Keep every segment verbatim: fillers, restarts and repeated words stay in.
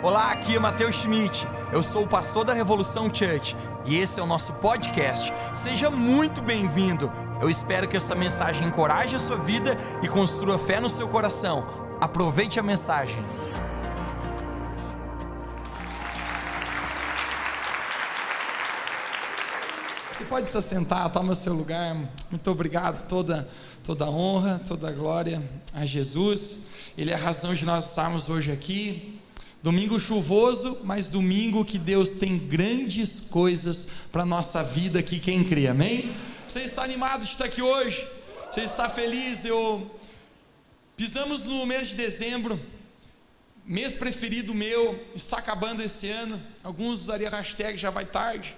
Olá, aqui é Matheus Schmidt, eu sou o pastor da Revolução Church e esse é o nosso podcast. Seja muito bem-vindo, eu espero que essa mensagem encoraje a sua vida e construa fé no seu coração. Aproveite a mensagem. Você pode se assentar, toma seu lugar. Muito obrigado, toda, toda a honra, toda a glória a Jesus. Ele é a razão de nós estarmos hoje aqui. Domingo chuvoso, mas domingo que Deus tem grandes coisas para a nossa vida aqui, quem crê, amém? Você está animado de estar aqui hoje? Você está feliz? Eu... Pisamos no mês de dezembro, mês preferido meu, está acabando esse ano. Alguns usariam a hashtag já vai tarde.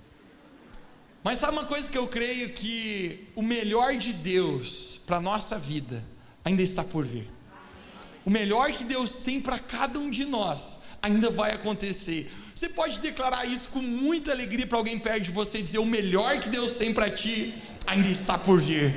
Mas sabe uma coisa que eu creio, que o melhor de Deus para a nossa vida ainda está por vir. O melhor que Deus tem para cada um de nós ainda vai acontecer. Você pode declarar isso com muita alegria para alguém perto de você e dizer: o melhor que Deus tem para ti ainda está por vir.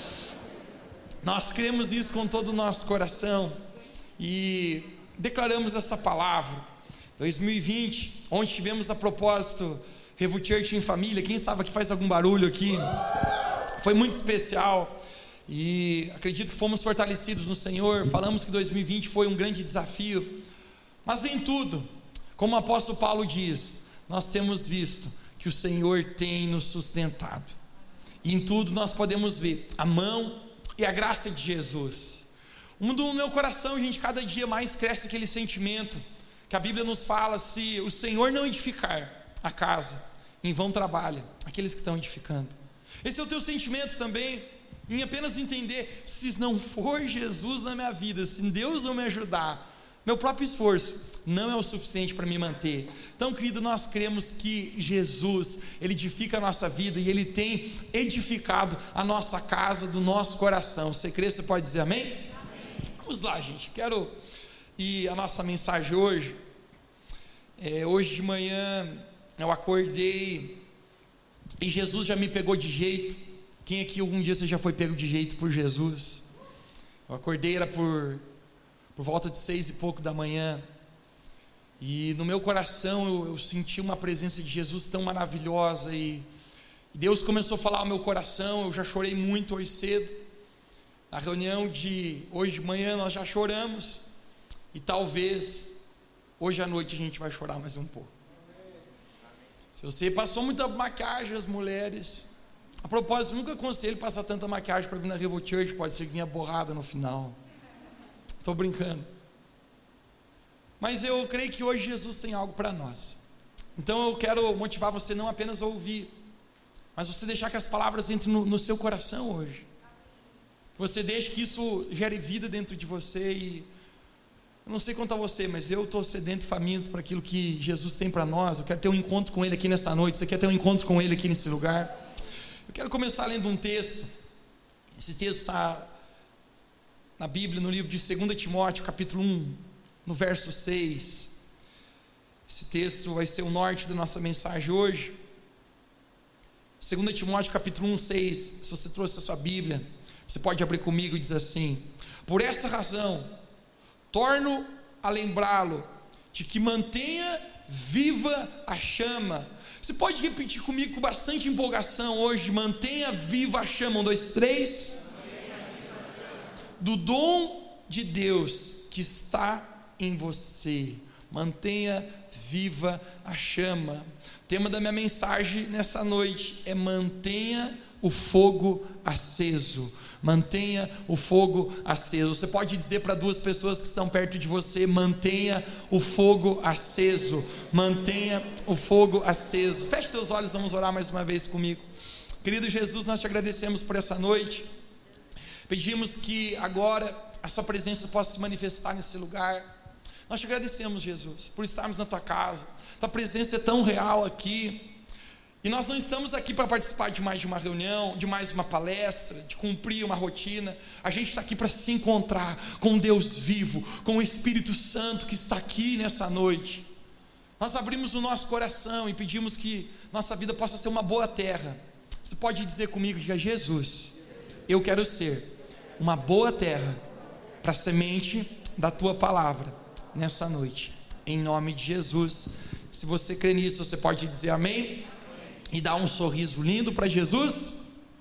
Nós cremos isso com todo o nosso coração e declaramos essa palavra. dois mil e vinte, onde tivemos a propósito Revo Church em família. Quem sabe que faz algum barulho aqui? Foi muito especial. E acredito que fomos fortalecidos no Senhor. Falamos que dois mil e vinte foi um grande desafio, mas em tudo, como o apóstolo Paulo diz, nós temos visto que o Senhor tem nos sustentado, e em tudo nós podemos ver a mão e a graça de Jesus. No meu coração, gente, cada dia mais cresce aquele sentimento que a Bíblia nos fala: se o Senhor não edificar a casa, em vão trabalha aqueles que estão edificando. Esse é o teu sentimento também? Em apenas entender, se não for Jesus na minha vida, se Deus não me ajudar, meu próprio esforço não é o suficiente para me manter. Então, querido, nós cremos que Jesus, Ele edifica a nossa vida e Ele tem edificado a nossa casa do nosso coração. Você crê? Você pode dizer amém? Amém. Vamos lá, gente, quero ir a nossa mensagem hoje. É, hoje de manhã eu acordei e Jesus já me pegou de jeito. Quem aqui algum dia você já foi pego de jeito por Jesus? Eu acordei, era por, por volta de seis e pouco da manhã, e no meu coração eu, eu senti uma presença de Jesus tão maravilhosa, e, e Deus começou a falar ao meu coração. Eu já chorei muito hoje cedo. Na reunião de hoje de manhã nós já choramos, e talvez hoje à noite a gente vai chorar mais um pouco. Se você passou muita maquiagem, as mulheres... A propósito, nunca aconselho passar tanta maquiagem para vir na Revo Church, pode ser que venha borrada no final. Estou brincando. Mas eu creio que hoje Jesus tem algo para nós. Então eu quero motivar você não apenas a ouvir, mas você deixar que as palavras entrem no, no seu coração hoje. Você deixe que isso gere vida dentro de você. E eu não sei quanto a você, mas eu estou sedento e faminto para aquilo que Jesus tem para nós. Eu quero ter um encontro com Ele aqui nessa noite. Você quer ter um encontro com Ele aqui nesse lugar? Eu quero começar lendo um texto. Esse texto está na Bíblia, no livro de Segunda Timóteo, capítulo um, no verso seis. Esse texto vai ser o norte da nossa mensagem hoje. Segunda Timóteo, capítulo um, seis. Se você trouxe a sua Bíblia, você pode abrir comigo e diz assim: por essa razão, torno a lembrá-lo de que mantenha viva a chama. Você pode repetir comigo com bastante empolgação hoje: mantenha viva a chama. Um, dois, três. Do dom de Deus que está em você. Mantenha viva a chama. O tema da minha mensagem nessa noite é: mantenha o fogo aceso. Mantenha o fogo aceso. Você pode dizer para duas pessoas que estão perto de você: mantenha o fogo aceso. Mantenha o fogo aceso. Feche seus olhos, vamos orar mais uma vez comigo. Querido Jesus, nós te agradecemos por essa noite. Pedimos que agora a sua presença possa se manifestar nesse lugar. Nós te agradecemos, Jesus, por estarmos na tua casa. Tua presença é tão real aqui. E nós não estamos aqui para participar de mais de uma reunião, de mais uma palestra, de cumprir uma rotina. A gente está aqui para se encontrar com Deus vivo, com o Espírito Santo que está aqui nessa noite. Nós abrimos o nosso coração e pedimos que nossa vida possa ser uma boa terra. Você pode dizer comigo: diga: Jesus, eu quero ser uma boa terra para a semente da tua palavra nessa noite. em nome de Jesus. Se você crê nisso, você pode dizer amém, amém. E dar um sorriso lindo para Jesus.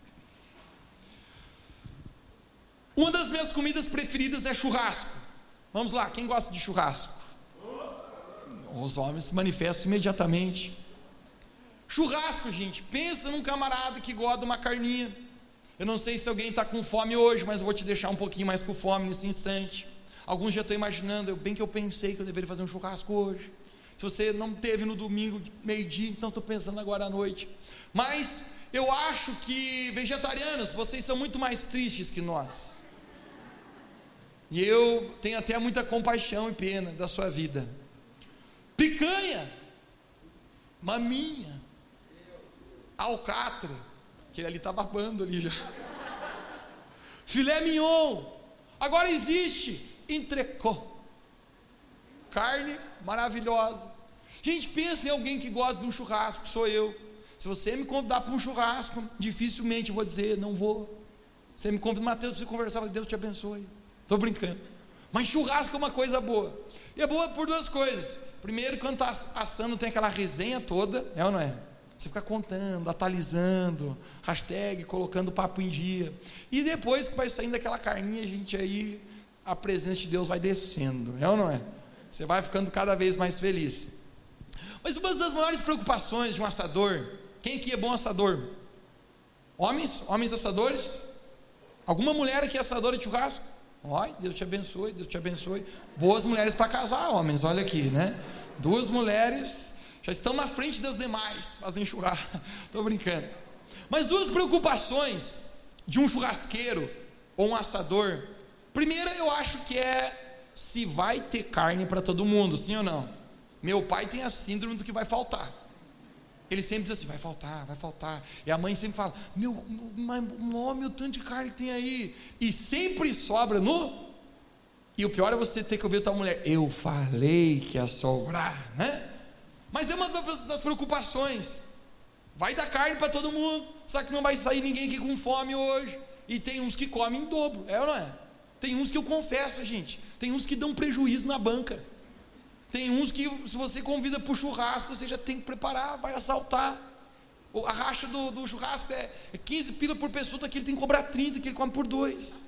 Uma das minhas comidas preferidas é churrasco. Vamos lá, quem gosta de churrasco? Os homens se manifestam imediatamente. Churrasco, gente, pensa num camarada que gosta de uma carninha. Eu não sei se alguém está com fome hoje, mas eu vou te deixar um pouquinho mais com fome nesse instante. Alguns já estão imaginando, bem que eu pensei que eu deveria fazer um churrasco hoje. Se você não teve no domingo, meio-dia, então estou pensando agora à noite. Mas eu acho que vegetarianos, vocês são muito mais tristes que nós. E eu tenho até muita compaixão e pena da sua vida. Picanha, maminha, alcatra, que ele ali está babando ali já. Filé mignon. Agora existe entrecô, carne maravilhosa. Gente, pensa em alguém que gosta de um churrasco, sou eu. Se você me convidar para um churrasco, dificilmente eu vou dizer, não vou. Você me convida, Mateus, para você conversar, Deus te abençoe. Estou brincando. Mas churrasco é uma coisa boa. E é boa por duas coisas. Primeiro, quando está assando, tem aquela resenha toda, é ou não é? Você fica contando, atualizando, hashtag, colocando o papo em dia. E depois que vai saindo aquela carninha, gente, aí a presença de Deus vai descendo, é ou não é? Você vai ficando cada vez mais feliz. Mas uma das maiores preocupações de um assador, quem aqui é bom assador? Homens? Homens assadores? Alguma mulher aqui é assadora de churrasco? Olha, Deus te abençoe, Deus te abençoe. Boas mulheres para casar, homens, olha aqui, né? Duas mulheres já estão na frente das demais, fazem churrasco. Estou brincando. Mas duas preocupações de um churrasqueiro ou um assador. Primeira, eu acho que é se vai ter carne para todo mundo, sim ou não? Meu pai tem a síndrome do que vai faltar. Ele sempre diz assim, vai faltar, vai faltar. E a mãe sempre fala, meu, homem, o tanto de carne que tem aí. E sempre sobra no... E o pior é você ter que ouvir a tua mulher, eu falei que ia sobrar, né? Mas é uma das preocupações. Vai dar carne para todo mundo, só que não vai sair ninguém aqui com fome hoje. E tem uns que comem em dobro, é ou não é? Tem uns que eu confesso, gente, tem uns que dão prejuízo na banca. Tem uns que, se você convida para o churrasco, você já tem que preparar, vai assaltar. A racha do, do churrasco é, é quinze pila por pessoa, daqui ele tem que cobrar trinta, que ele come por dois.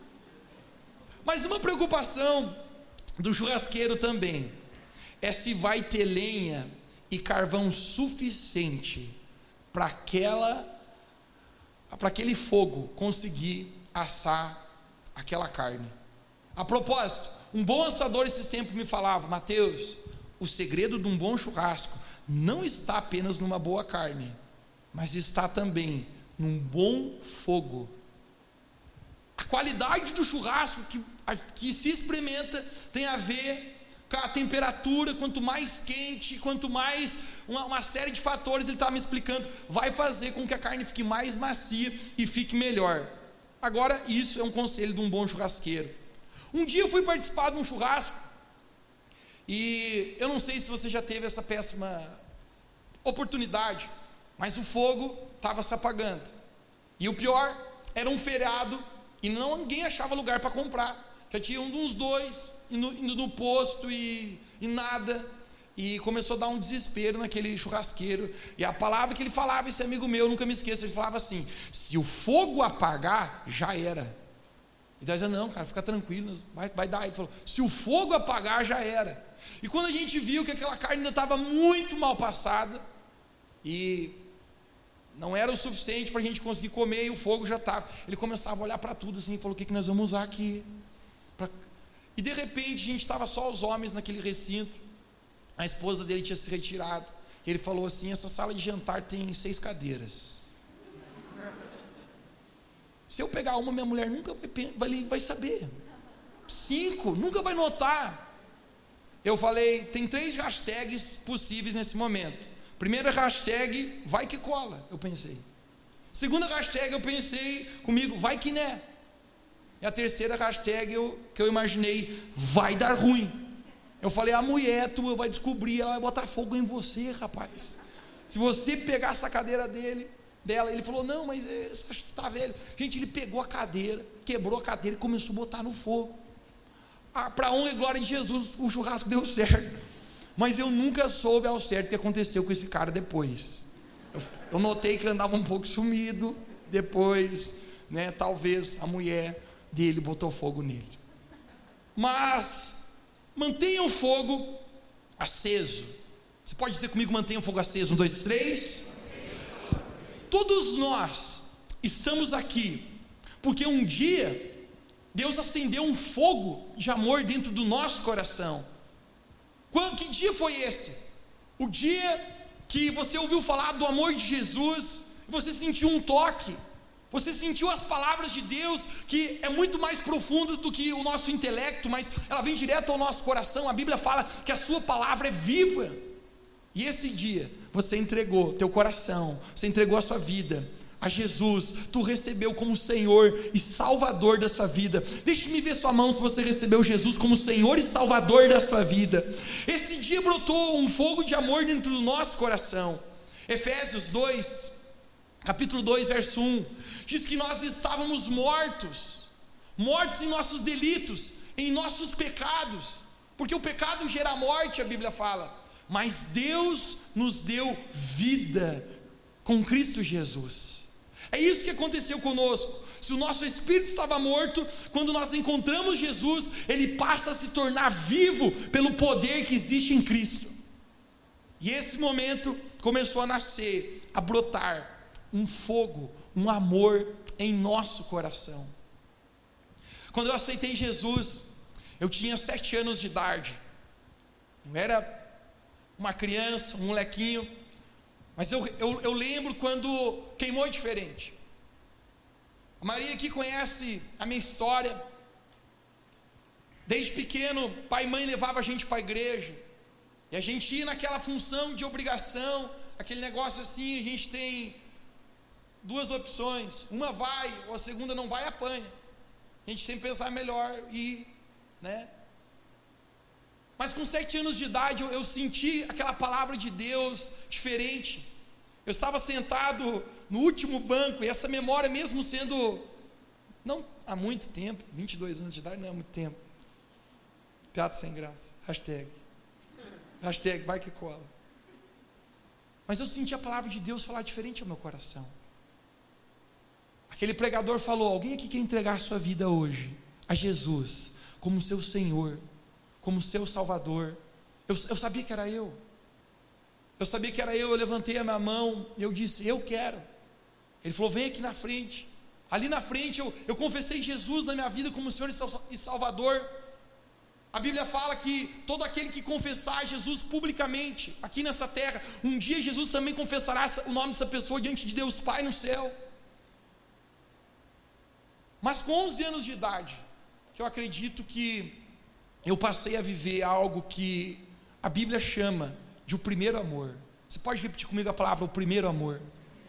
Mas uma preocupação do churrasqueiro também é se vai ter lenha e carvão suficiente para aquela, para aquele fogo conseguir assar aquela carne. A propósito, um bom assador esse tempo me falava, Mateus, o segredo de um bom churrasco não está apenas numa boa carne, mas está também num bom fogo. A qualidade do churrasco que, que se experimenta tem a ver com a temperatura. Quanto mais quente, quanto mais uma, uma série de fatores, ele estava me explicando, vai fazer com que a carne fique mais macia e fique melhor. Agora, isso é um conselho de um bom churrasqueiro. Um dia eu fui participar de um churrasco e eu não sei se você já teve essa péssima oportunidade, mas o fogo estava se apagando. E o pior, era um feriado e não, ninguém achava lugar para comprar. Já tinha um dos dois indo, indo no posto e, e nada. E começou a dar um desespero naquele churrasqueiro. E a palavra que ele falava, esse amigo meu, eu nunca me esqueço, ele falava assim, se o fogo apagar, já era. E daí dizia, não, cara, fica tranquilo, vai, vai dar. Ele falou, se o fogo apagar, já era. E quando a gente viu que aquela carne ainda estava muito mal passada, e não era o suficiente para a gente conseguir comer, e o fogo já estava, ele começava a olhar para tudo assim, e falou, o que, que nós vamos usar aqui? Pra... E de repente, a gente estava só os homens naquele recinto, a esposa dele tinha se retirado, e ele falou assim, essa sala de jantar tem seis cadeiras. Se eu pegar uma, minha mulher nunca vai, vai, vai saber. Cinco, nunca vai notar. Eu falei, tem três hashtags possíveis nesse momento. Primeira hashtag, vai que cola, eu pensei. Segunda hashtag, eu pensei comigo, vai que né. E a terceira hashtag eu, que eu imaginei, vai dar ruim. Eu falei, a mulher tua vai descobrir, ela vai botar fogo em você, rapaz. Se você pegar essa cadeira dele... dela, ele falou, não, mas acho que está velho. Gente, ele pegou a cadeira, quebrou a cadeira e começou a botar no fogo. Ah, para a honra e glória de Jesus, o churrasco deu certo. mas eu nunca soube ao certo o que aconteceu com esse cara depois. Eu, eu notei que ele andava um pouco sumido depois, né? Talvez a mulher dele botou fogo nele. Mas mantenha o fogo aceso. Você pode dizer comigo, mantenha o fogo aceso? Um, dois, três. Todos nós estamos aqui porque um dia Deus acendeu um fogo de amor dentro do nosso coração. Quando, que dia foi esse? O dia que você ouviu falar do amor de Jesus, você sentiu um toque, você sentiu as palavras de Deus, que é muito mais profundo do que o nosso intelecto, mas ela vem direto ao nosso coração. A Bíblia fala que a sua palavra é viva. E esse dia você entregou teu coração, você entregou a sua vida a Jesus, tu recebeu como Senhor e Salvador da sua vida. Deixe-me ver sua mão se você recebeu Jesus como Senhor e Salvador da sua vida. Esse dia brotou um fogo de amor dentro do nosso coração. Efésios dois, capítulo dois, verso um, diz que nós estávamos mortos, mortos em nossos delitos, em nossos pecados, porque o pecado gera morte, a Bíblia fala, mas Deus nos deu vida com Cristo Jesus. É isso que aconteceu conosco. Se o nosso espírito estava morto, quando nós encontramos Jesus, ele passa a se tornar vivo pelo poder que existe em Cristo. E esse momento começou a nascer, a brotar um fogo, um amor em nosso coração. Quando eu aceitei Jesus, eu tinha sete anos de idade. Eu era uma criança, um molequinho. Mas eu, eu, eu lembro quando queimou diferente. A Maria aqui conhece a minha história. Desde pequeno, pai e mãe levavam a gente para a igreja. E a gente ia naquela função de obrigação, aquele negócio assim, a gente tem duas opções. Uma vai, ou a segunda não vai, apanha. A gente sempre pensar melhor ir, né? Mas com sete anos de idade eu, eu senti aquela palavra de Deus diferente. Eu estava sentado no último banco, e essa memória, mesmo sendo, não há muito tempo, vinte e dois anos de idade não é muito tempo. Piada sem graça, hashtag. Hashtag vai que cola. Mas eu senti a palavra de Deus falar diferente ao meu coração. Aquele pregador falou: alguém aqui quer entregar a sua vida hoje a Jesus como seu Senhor, como seu Salvador? Eu, eu sabia que era eu. Eu sabia que era eu, eu levantei a minha mão e eu disse: eu quero. Ele falou: vem aqui na frente. Ali na frente eu, eu confessei Jesus na minha vida como Senhor e Salvador. A Bíblia fala que todo aquele que confessar Jesus publicamente aqui nessa terra, um dia Jesus também confessará o nome dessa pessoa diante de Deus Pai no céu. Mas com onze anos de idade, que eu acredito que eu passei a viver algo que a Bíblia chama de o primeiro amor. Você pode repetir comigo a palavra, o primeiro amor?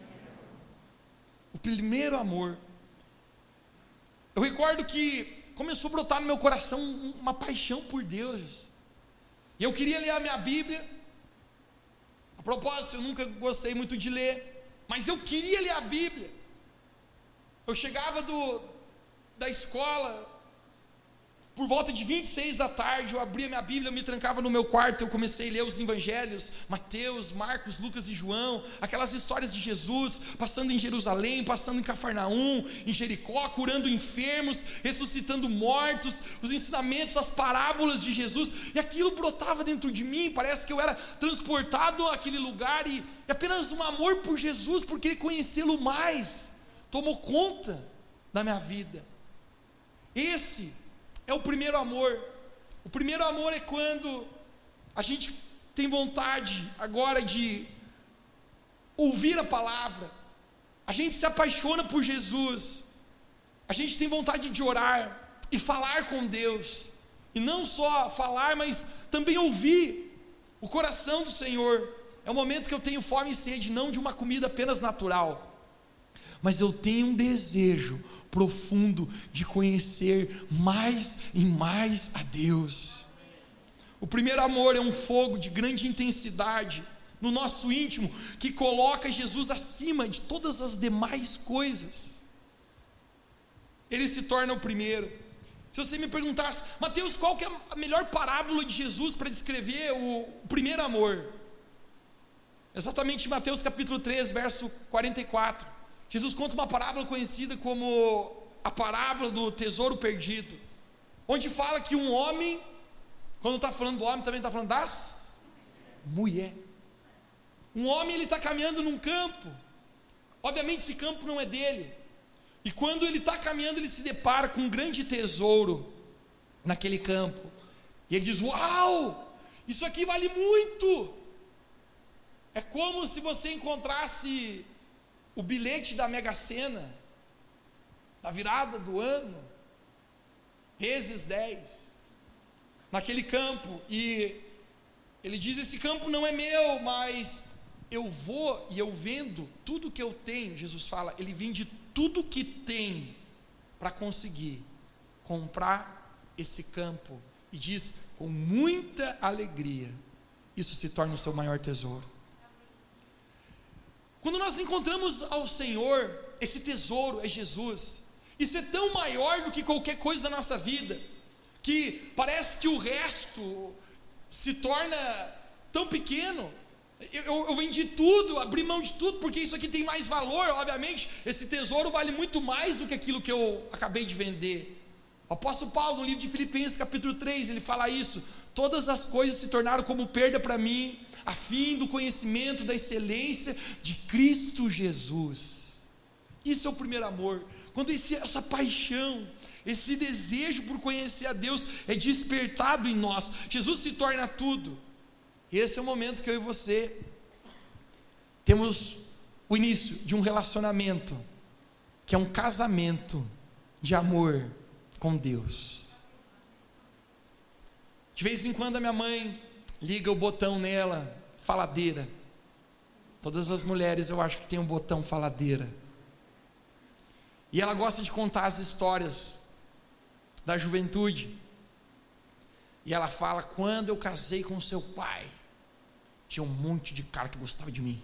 O primeiro amor. Eu recordo que começou a brotar no meu coração uma paixão por Deus. E eu queria ler a minha Bíblia. A propósito, eu nunca gostei muito de ler, mas eu queria ler a Bíblia. Eu chegava do, da escola, por volta de vinte e seis da tarde, eu abria minha Bíblia, eu me trancava no meu quarto, eu comecei a ler os evangelhos, Mateus, Marcos, Lucas e João, aquelas histórias de Jesus, passando em Jerusalém, passando em Cafarnaum, em Jericó, curando enfermos, ressuscitando mortos, os ensinamentos, as parábolas de Jesus, e aquilo brotava dentro de mim, parece que eu era transportado àquele lugar, e, e apenas um amor por Jesus, por querer conhecê-lo mais, tomou conta da minha vida. Esse é o primeiro amor. O primeiro amor é quando a gente tem vontade agora de ouvir a palavra, a gente se apaixona por Jesus, a gente tem vontade de orar e falar com Deus, e não só falar, mas também ouvir o coração do Senhor. É o momento que eu tenho fome e sede, não de uma comida apenas natural, mas eu tenho um desejo profundo de conhecer mais e mais a Deus. O primeiro amor é um fogo de grande intensidade no nosso íntimo, que coloca Jesus acima de todas as demais coisas. Ele se torna o primeiro. Se você me perguntasse, Mateus, qual que é a melhor parábola de Jesus para descrever o, o primeiro amor? Exatamente Mateus capítulo três, verso quarenta e quatro. Jesus conta uma parábola conhecida como a parábola do tesouro perdido, onde fala que um homem, quando está falando do homem, também está falando das mulheres. Um homem, ele está caminhando num campo, obviamente esse campo não é dele, e quando ele está caminhando, ele se depara com um grande tesouro naquele campo, e ele diz: uau, isso aqui vale muito. É como se você encontrasse o bilhete da Mega Sena, da virada do ano, vezes dez, naquele campo, e ele diz: esse campo não é meu, mas eu vou e eu vendo tudo que eu tenho. Jesus fala, ele vende tudo que tem para conseguir comprar esse campo, e diz com muita alegria, isso se torna o seu maior tesouro. Quando nós encontramos ao Senhor, esse tesouro é Jesus. Isso é tão maior do que qualquer coisa da nossa vida, que parece que o resto se torna tão pequeno. Eu, eu, eu vendi tudo, abri mão de tudo, porque isso aqui tem mais valor. Obviamente, esse tesouro vale muito mais do que aquilo que eu acabei de vender. O apóstolo Paulo, no livro de Filipenses capítulo três, ele fala isso: todas as coisas se tornaram como perda para mim, a fim do conhecimento da excelência de Cristo Jesus. Isso é o primeiro amor, quando esse, essa paixão, esse desejo por conhecer a Deus é despertado em nós, Jesus se torna tudo. E esse é o momento que eu e você temos o início de um relacionamento, que é um casamento de amor com Deus. De vez em quando a minha mãe liga o botão nela, faladeira. Todas as mulheres eu acho que tem um botão faladeira. E ela gosta de contar as histórias da juventude. E ela fala: quando eu casei com seu pai, tinha um monte de cara que gostava de mim.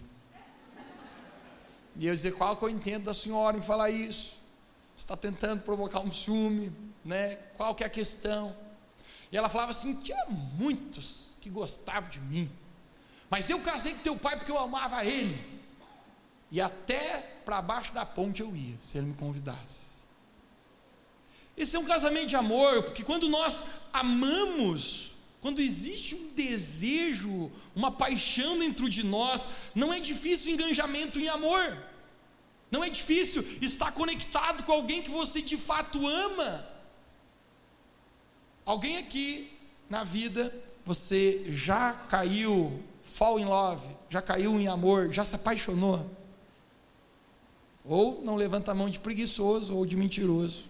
E eu dizer: qual que eu entendo da senhora em falar isso? Você está tentando provocar um ciúme, né? Qual que é a questão? E ela falava assim: tinha muitos que gostavam de mim, mas eu casei com teu pai porque eu amava ele, e até para baixo da ponte eu ia, se ele me convidasse. Esse é um casamento de amor, porque quando nós amamos, quando existe um desejo, uma paixão dentro de nós, não é difícil engajamento em amor, não é difícil estar conectado com alguém que você de fato ama. Alguém aqui na vida, você já caiu, fall in love, já caiu em amor, já se apaixonou? Ou não levanta a mão de preguiçoso ou de mentiroso.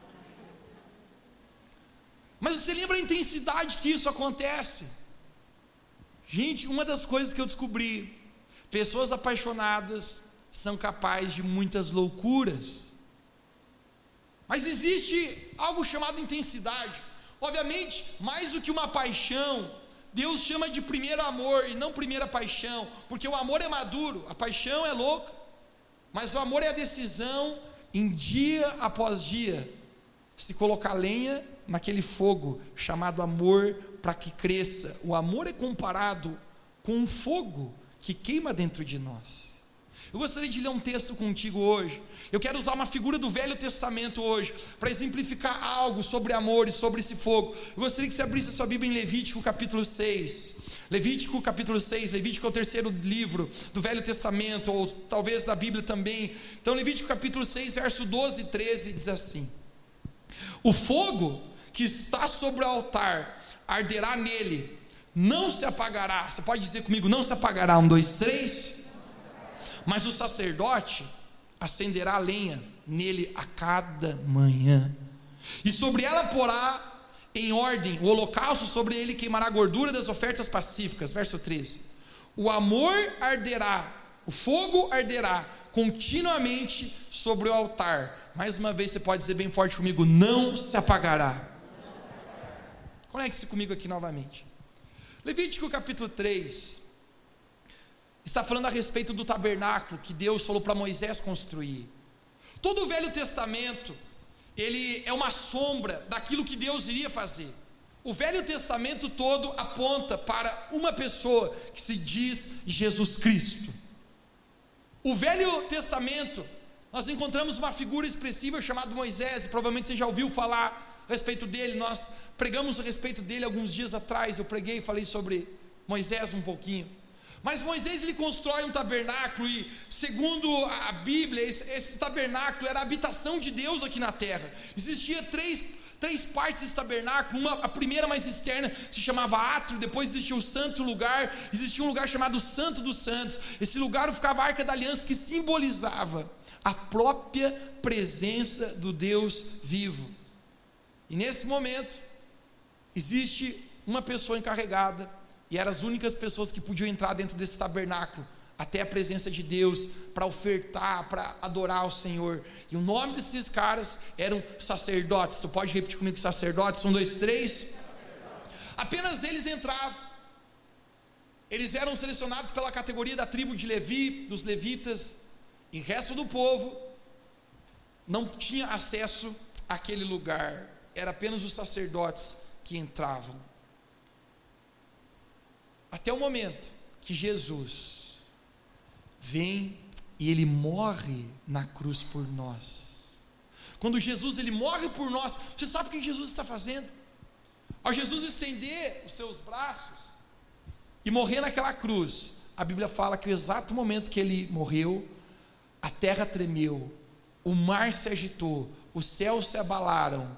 Mas você lembra a intensidade que isso acontece? Gente, uma das coisas que eu descobri: pessoas apaixonadas são capazes de muitas loucuras. Mas existe algo chamado intensidade. Obviamente, mais do que uma paixão, Deus chama de primeiro amor e não primeira paixão, porque o amor é maduro, a paixão é louca, mas o amor é a decisão, em dia após dia, se colocar lenha naquele fogo chamado amor, para que cresça. O amor é comparado com um fogo que queima dentro de nós. Eu gostaria de ler um texto contigo hoje. Eu quero usar uma figura do Velho Testamento hoje, para exemplificar algo sobre amor e sobre esse fogo. Eu gostaria que você abrisse a sua Bíblia em Levítico capítulo seis. Levítico capítulo seis, Levítico é o terceiro livro do Velho Testamento, ou talvez da Bíblia também. Então Levítico capítulo seis, verso doze e treze, diz assim: o fogo que está sobre o altar arderá nele, não se apagará. Você pode dizer comigo: não se apagará? Um, dois, três. Mas o sacerdote acenderá a lenha nele a cada manhã, e sobre ela porá em ordem o holocausto, sobre ele queimará a gordura das ofertas pacíficas. Verso treze: o amor arderá, o fogo arderá continuamente sobre o altar. Mais uma vez você pode dizer bem forte comigo: não se apagará. Conecte-se comigo aqui novamente. Levítico capítulo três está falando a respeito do tabernáculo que Deus falou para Moisés construir. Todo o Velho Testamento, ele é uma sombra daquilo que Deus iria fazer. O Velho Testamento todo aponta para uma pessoa que se diz Jesus Cristo. O Velho Testamento, nós encontramos uma figura expressiva chamada Moisés, e provavelmente você já ouviu falar a respeito dele. Nós pregamos a respeito dele alguns dias atrás, eu preguei e falei sobre Moisés um pouquinho. Mas Moisés, ele constrói um tabernáculo, e segundo a Bíblia, esse, esse tabernáculo era a habitação de Deus aqui na terra. Existia três Três partes desse tabernáculo. Uma, a primeira mais externa, se chamava átrio. Depois existia o santo lugar. Existia um lugar chamado Santo dos Santos. Esse lugar ficava a Arca da Aliança, que simbolizava a própria presença do Deus vivo. E nesse momento existe uma pessoa encarregada, e eram as únicas pessoas que podiam entrar dentro desse tabernáculo até a presença de Deus, para ofertar, para adorar ao Senhor. E o nome desses caras eram sacerdotes. Tu pode repetir comigo: sacerdotes? Um, dois, três. Apenas eles entravam. Eles eram selecionados pela categoria da tribo de Levi, dos levitas, e o resto do povo não tinha acesso àquele lugar. Era apenas os sacerdotes que entravam. Até o momento que Jesus vem e ele morre na cruz por nós. Quando Jesus ele morre por nós, você sabe o que Jesus está fazendo? Ao Jesus estender os seus braços e morrer naquela cruz, a Bíblia fala que no exato momento que ele morreu, a terra tremeu, o mar se agitou, os céus se abalaram.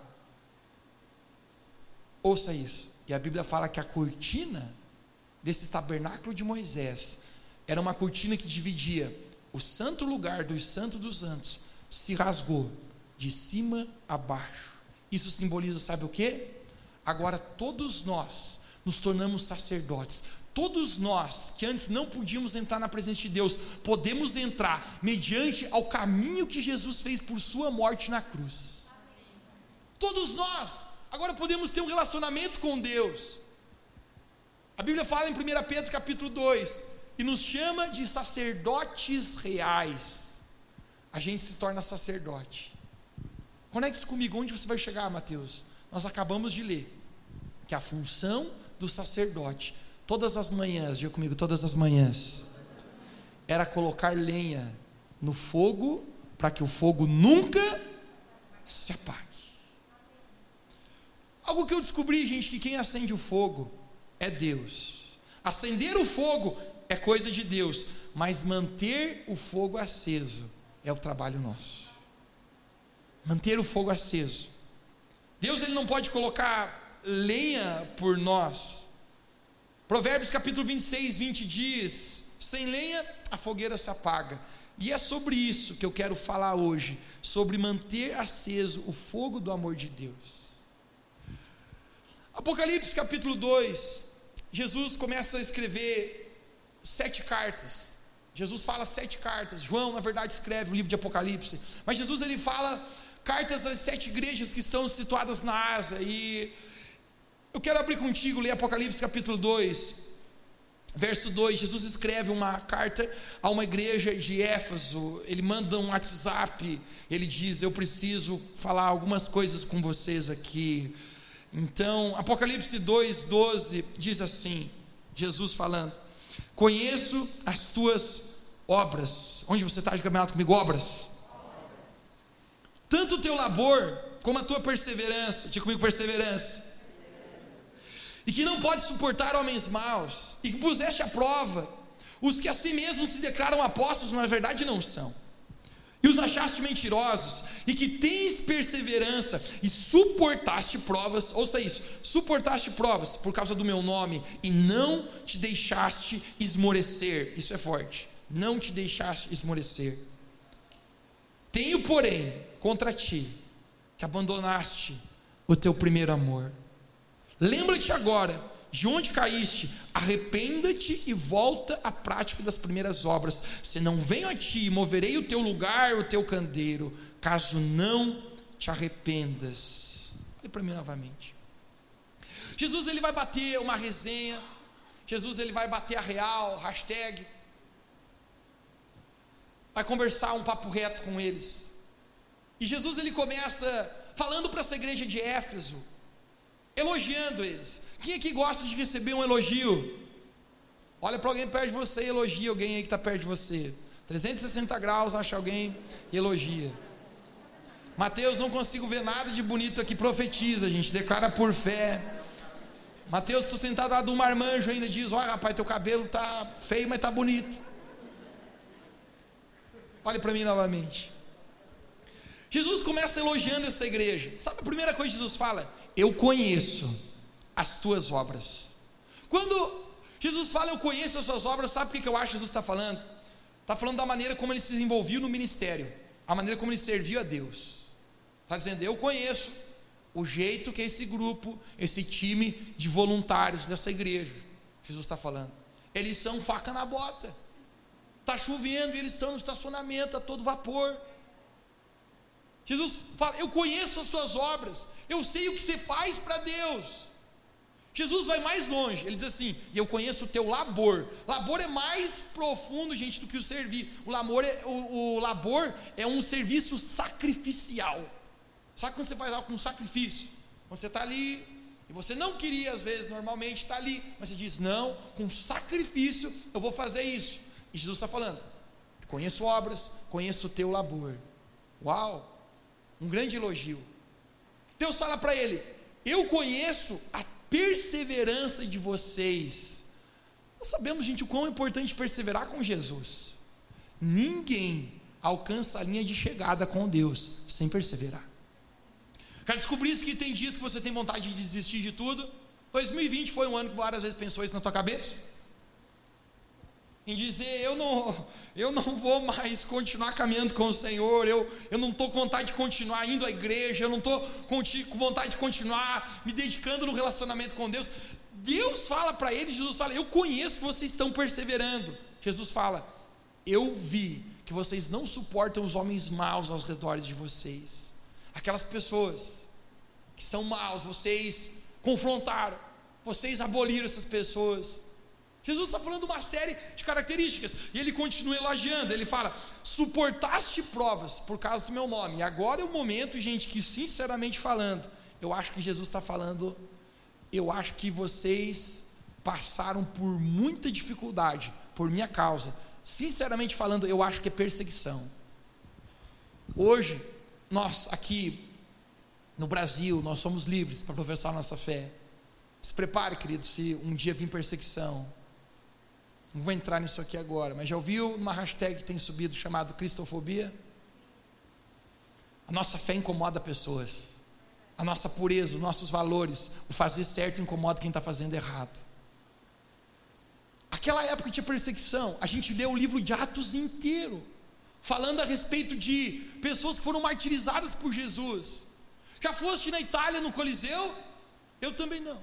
Ouça isso. E a Bíblia fala que a cortina desse tabernáculo de Moisés era uma cortina que dividia o santo lugar dos santos dos santos, se rasgou de cima a baixo. Isso simboliza, sabe o quê? Agora todos nós nos tornamos sacerdotes. Todos nós que antes não podíamos entrar na presença de Deus, podemos entrar mediante ao caminho que Jesus fez por sua morte na cruz. Todos nós agora podemos ter um relacionamento com Deus. A Bíblia fala em primeira Pedro capítulo dois, e nos chama de sacerdotes reais. A gente se torna sacerdote. Conecte-se comigo. Onde você vai chegar, Mateus? Nós acabamos de ler que a função do sacerdote, todas as manhãs, diga comigo, todas as manhãs, era colocar lenha no fogo, para que o fogo nunca se apague. Algo que eu descobri, gente, que quem acende o fogo é Deus. Acender o fogo é coisa de Deus, mas manter o fogo aceso é o trabalho nosso. Manter o fogo aceso. Deus ele não pode colocar lenha por nós. Provérbios capítulo vinte e seis, vinte diz: sem lenha a fogueira se apaga. E é sobre isso que eu quero falar hoje, sobre manter aceso o fogo do amor de Deus. Apocalipse capítulo dois, Jesus começa a escrever sete cartas. Jesus fala sete cartas. João na verdade escreve o livro de Apocalipse, mas Jesus ele fala cartas às sete igrejas que estão situadas na Ásia. E eu quero abrir contigo, ler Apocalipse capítulo dois, verso dois. Jesus escreve uma carta a uma igreja de Éfeso. Ele manda um WhatsApp, ele diz: eu preciso falar algumas coisas com vocês aqui. Então Apocalipse dois, doze diz assim, Jesus falando: conheço as tuas obras. Onde você está de caminhada comigo? Obras. Tanto o teu labor como a tua perseverança. Diga comigo, perseverança. E que não pode suportar homens maus, e que puseste à prova os que a si mesmos se declaram apóstolos, mas na verdade não são, e os achaste mentirosos, e que tens perseverança e suportaste provas. Ouça isso: suportaste provas por causa do meu nome, e não te deixaste esmorecer. Isso é forte. Não te deixaste esmorecer. Tenho, porém, contra ti que abandonaste o teu primeiro amor. Lembra-te agora de onde caíste, arrependa-te e volta à prática das primeiras obras, senão venho a ti e moverei o teu lugar, o teu candeeiro, caso não te arrependas. Olha para mim novamente. Jesus ele vai bater uma resenha, Jesus ele vai bater a real, hashtag, vai conversar um papo reto com eles. E Jesus ele começa falando para essa igreja de Éfeso, elogiando eles. Quem aqui gosta de receber um elogio? Olha para alguém perto de você e elogia alguém aí que está perto de você. trezentos e sessenta graus, acha alguém e elogia. Mateus, não consigo ver nada de bonito aqui, profetiza, gente, declara por fé. Mateus, estou sentado lá do marmanjo ainda, diz, olha rapaz, teu cabelo está feio, mas está bonito. Olhe para mim novamente. Jesus começa elogiando essa igreja. Sabe a primeira coisa que Jesus fala? Eu conheço as tuas obras. Quando Jesus fala eu conheço as suas obras, sabe o que eu acho que Jesus está falando? Está falando da maneira como ele se desenvolveu no ministério, a maneira como ele serviu a Deus. Está dizendo, eu conheço o jeito que esse grupo, esse time de voluntários dessa igreja, Jesus está falando, eles são faca na bota, está chovendo e eles estão no estacionamento a todo vapor. Jesus fala, eu conheço as tuas obras, eu sei o que você faz para Deus. Jesus vai mais longe, ele diz assim, e eu conheço o teu labor. Labor é mais profundo, gente, do que o servir. O labor é, o, o labor é um serviço sacrificial. Sabe quando você faz algo com sacrifício? Quando você está ali, e você não queria às vezes, normalmente está ali, mas você diz, não, com sacrifício eu vou fazer isso. E Jesus está falando, conheço obras, conheço o teu labor. Uau, um grande elogio. Deus fala para ele, eu conheço a perseverança de vocês. Nós sabemos, gente, o quão é importante perseverar com Jesus. Ninguém alcança a linha de chegada com Deus sem perseverar. Já descobri isso, que tem dias que você tem vontade de desistir de tudo. dois mil e vinte foi um ano que várias vezes pensou isso na tua cabeça? Em dizer, eu não, eu não vou mais continuar caminhando com o Senhor, eu, eu não estou com vontade de continuar indo à igreja, eu não estou com, com vontade de continuar me dedicando no relacionamento com Deus. Deus fala para eles, Jesus fala, eu conheço que vocês estão perseverando. Jesus fala, eu vi que vocês não suportam os homens maus aos redores de vocês. Aquelas pessoas que são maus, vocês confrontaram, vocês aboliram essas pessoas. Jesus está falando uma série de características, e ele continua elogiando, ele fala, suportaste provas por causa do meu nome, e agora é o momento, gente, que sinceramente falando, eu acho que Jesus está falando, eu acho que vocês passaram por muita dificuldade, por minha causa, sinceramente falando, eu acho que é perseguição. Hoje, nós aqui no Brasil, nós somos livres para professar nossa fé. Se prepare, querido, se um dia vir perseguição. Não vou entrar nisso aqui agora, mas já ouviu uma hashtag que tem subido chamado cristofobia? A nossa fé incomoda pessoas, a nossa pureza, os nossos valores, o fazer certo incomoda quem está fazendo errado. Aquela época tinha perseguição, a gente leu o livro de Atos inteiro, falando a respeito de pessoas que foram martirizadas por Jesus. Já foste na Itália, no Coliseu? Eu também não.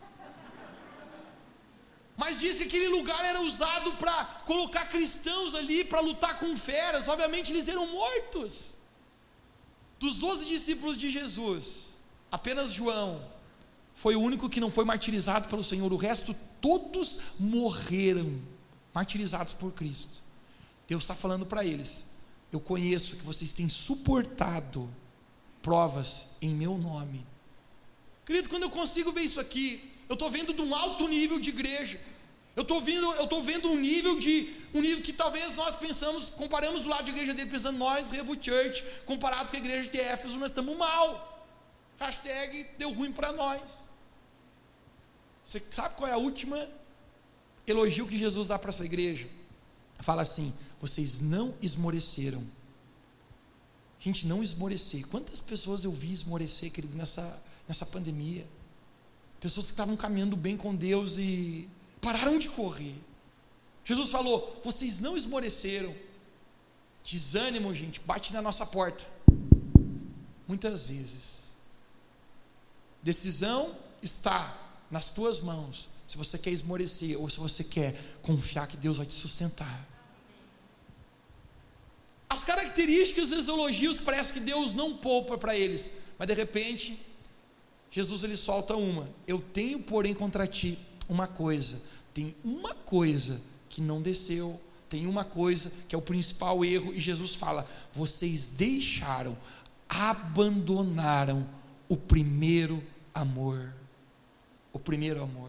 Mas diz que aquele lugar era usado para colocar cristãos ali, para lutar com feras. Obviamente eles eram mortos. Dos doze discípulos de Jesus, apenas João foi o único que não foi martirizado pelo Senhor. O resto todos morreram, martirizados por Cristo. Deus está falando para eles, eu conheço que vocês têm suportado provas em meu nome. Querido, quando eu consigo ver isso aqui, eu estou vendo de um alto nível de igreja, eu estou vendo, eu estou vendo um nível de, um nível que talvez nós pensamos, comparamos do lado de igreja dele, pensando, nós, Revo Church, comparado com a igreja de Éfeso, nós estamos mal, hashtag deu ruim para nós. Você sabe qual é a última elogio que Jesus dá para essa igreja? Fala assim, vocês não esmoreceram. Gente, não esmorecer, quantas pessoas eu vi esmorecer, querido, nessa, nessa pandemia, pessoas que estavam caminhando bem com Deus e pararam de correr. Jesus falou, vocês não esmoreceram. Desânimo, gente, bate na nossa porta, muitas vezes. Decisão está nas tuas mãos, se você quer esmorecer, ou se você quer confiar que Deus vai te sustentar. As características dos elogios, parece que Deus não poupa para eles, mas de repente, Jesus ele solta uma, eu tenho porém contra ti uma coisa, tem uma coisa que não desceu, tem uma coisa que é o principal erro, e Jesus fala, vocês deixaram abandonaram o primeiro amor. O primeiro amor.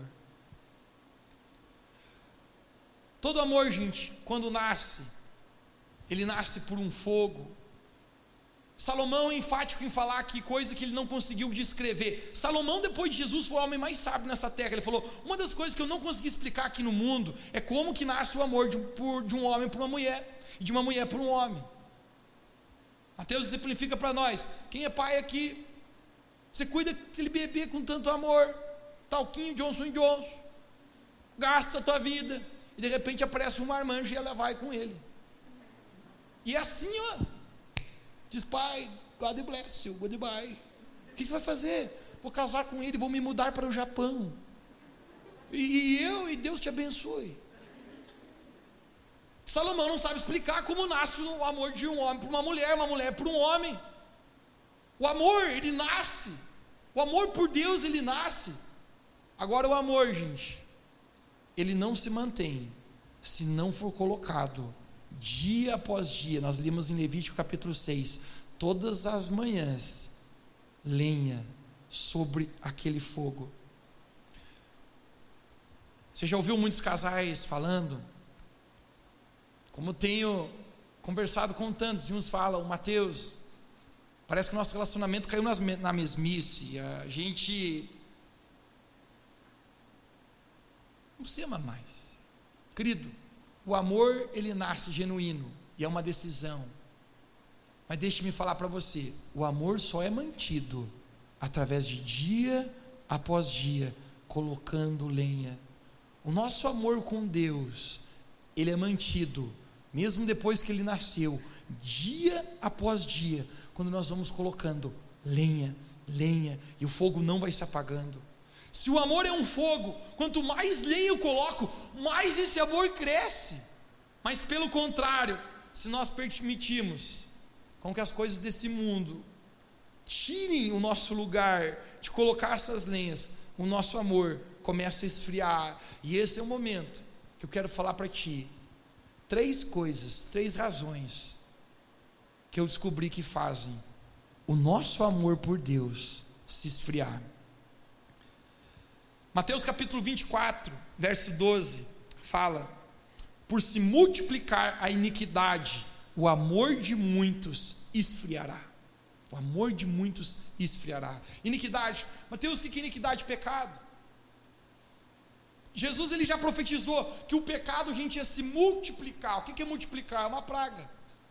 Todo amor, gente, quando nasce, ele nasce por um fogo. Salomão é enfático em falar aqui coisa que ele não conseguiu descrever. Salomão, depois de Jesus, foi o homem mais sábio nessa terra. Ele falou: uma das coisas que eu não consegui explicar aqui no mundo é como que nasce o amor de, por, de um homem por uma mulher, e de uma mulher por um homem. Mateus exemplifica para nós. Quem é pai aqui, você cuida daquele bebê com tanto amor, talquinho, Johnson e Johnson, gasta a tua vida, e de repente aparece um marmanjo e ela vai com ele. E é assim, ó. Diz: pai, God bless you, goodbye. O que você vai fazer? Vou casar com ele, vou me mudar para o Japão. E eu, e Deus te abençoe. Salomão não sabe explicar como nasce o amor de um homem por uma mulher, uma mulher por um homem. O amor, ele nasce. O amor por Deus, ele nasce. Agora o amor, gente, ele não se mantém se não for colocado dia após dia. Nós lemos em Levítico capítulo seis, todas as manhãs, lenha sobre aquele fogo. Você já ouviu muitos casais falando? Como tenho conversado com tantos, e uns falam: Mateus, parece que o nosso relacionamento caiu nas, na mesmice, a gente não se ama mais. Querido, o amor, ele nasce genuíno, e é uma decisão. Mas deixe-me falar para você, o amor só é mantido através de dia após dia, colocando lenha. O nosso amor com Deus, ele é mantido, mesmo depois que ele nasceu, dia após dia, quando nós vamos colocando lenha, lenha, e o fogo não vai se apagando. Se o amor é um fogo, quanto mais lenha eu coloco, mais esse amor cresce. Mas pelo contrário, se nós permitirmos com que as coisas desse mundo tirem o nosso lugar de colocar essas lenhas, o nosso amor começa a esfriar. E esse é o momento que eu quero falar para ti três coisas, três razões que eu descobri que fazem o nosso amor por Deus se esfriar. Mateus capítulo vinte e quatro, verso doze, fala: por se multiplicar a iniquidade, o amor de muitos esfriará. O amor de muitos esfriará. Iniquidade, Mateus, o que é iniquidade? Pecado. Jesus, ele já profetizou que o pecado, gente, ia se multiplicar. O que é multiplicar? É uma praga.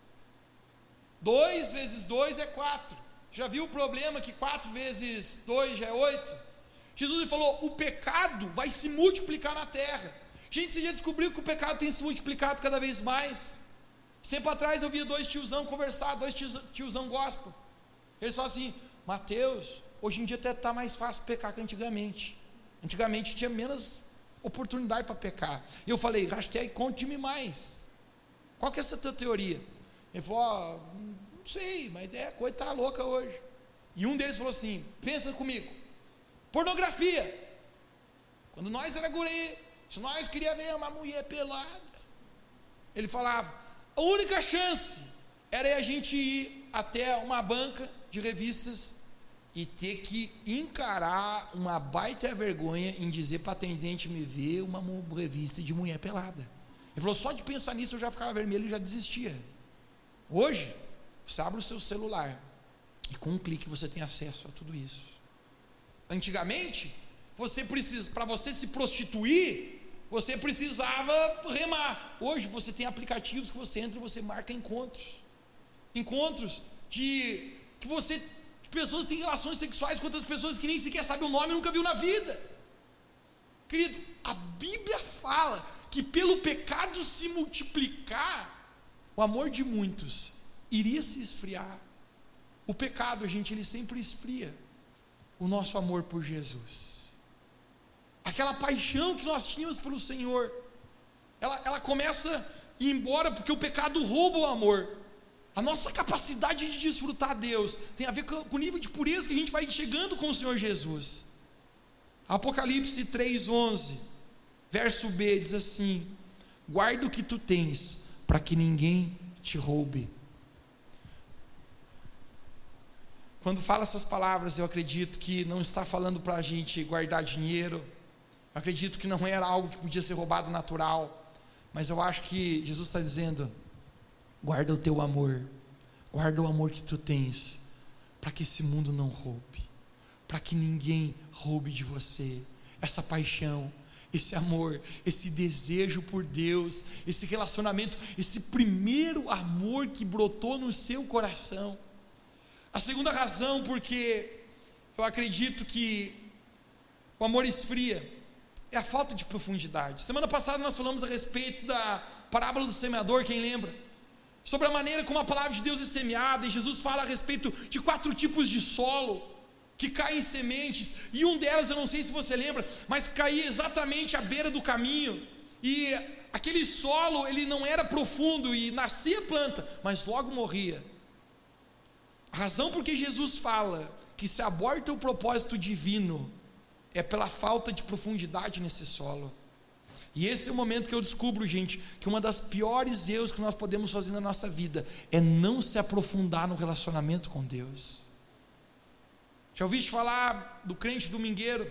Dois vezes dois é quatro. Já viu o problema que quatro vezes dois já é oito? Jesus, ele falou: o pecado vai se multiplicar na terra. Gente, você já descobriu que o pecado tem se multiplicado cada vez mais? Sempre atrás eu via dois tiozão conversar, dois tiozão, tiozão gospel. Eles falam assim: Mateus, hoje em dia até está mais fácil pecar que antigamente. Antigamente tinha menos oportunidade para pecar. E eu falei: hashtag conte-me mais. Qual que é essa tua teoria? Ele falou: oh, não sei, mas é, a coisa está louca hoje. E um deles falou assim: pensa comigo, pornografia. Quando nós era guri, se nós queríamos ver uma mulher pelada, ele falava, a única chance era a gente ir até uma banca de revistas e ter que encarar uma baita vergonha em dizer para atendente me ver uma revista de mulher pelada. Ele falou: só de pensar nisso eu já ficava vermelho e já desistia. Hoje, você abre o seu celular e com um clique você tem acesso a tudo isso. Antigamente, você precisa, para você se prostituir, você precisava remar. Hoje você tem aplicativos que você entra e você marca encontros. Encontros de que você, pessoas que têm relações sexuais com outras pessoas que nem sequer sabem o nome e nunca viu na vida. Querido, a Bíblia fala que pelo pecado se multiplicar, o amor de muitos iria se esfriar. O pecado, gente, ele sempre esfria o nosso amor por Jesus. Aquela paixão que nós tínhamos pelo Senhor, ela, ela começa a ir embora, porque o pecado rouba o amor. A nossa capacidade de desfrutar Deus tem a ver com, com o nível de pureza que a gente vai chegando com o Senhor Jesus. Apocalipse três, onze, verso B, diz assim: guarda o que tu tens, para que ninguém te roube. quando fala essas palavras, eu acredito que não está falando para a gente guardar dinheiro, eu acredito que não era algo que podia ser roubado natural, mas eu acho que Jesus está dizendo: guarda o teu amor, guarda o amor que tu tens, para que esse mundo não roube, para que ninguém roube de você essa paixão, esse amor, esse desejo por Deus, esse relacionamento, esse primeiro amor que brotou no seu coração. A segunda razão, porque eu acredito que o amor esfria, é a falta de profundidade. Semana passada nós falamos a respeito da parábola do semeador, quem lembra? Sobre a maneira como a palavra de Deus é semeada, e Jesus fala a respeito de quatro tipos de solo que caem sementes, e um delas, eu não sei se você lembra, mas caía exatamente à beira do caminho, e aquele solo, ele não era profundo, e nascia planta, mas logo morria. A razão por que Jesus fala que se aborta o propósito divino é pela falta de profundidade nesse solo. E esse é o momento que eu descubro, gente, que uma das piores erros que nós podemos fazer na nossa vida é não se aprofundar no relacionamento com Deus. Já ouviste falar do crente domingueiro?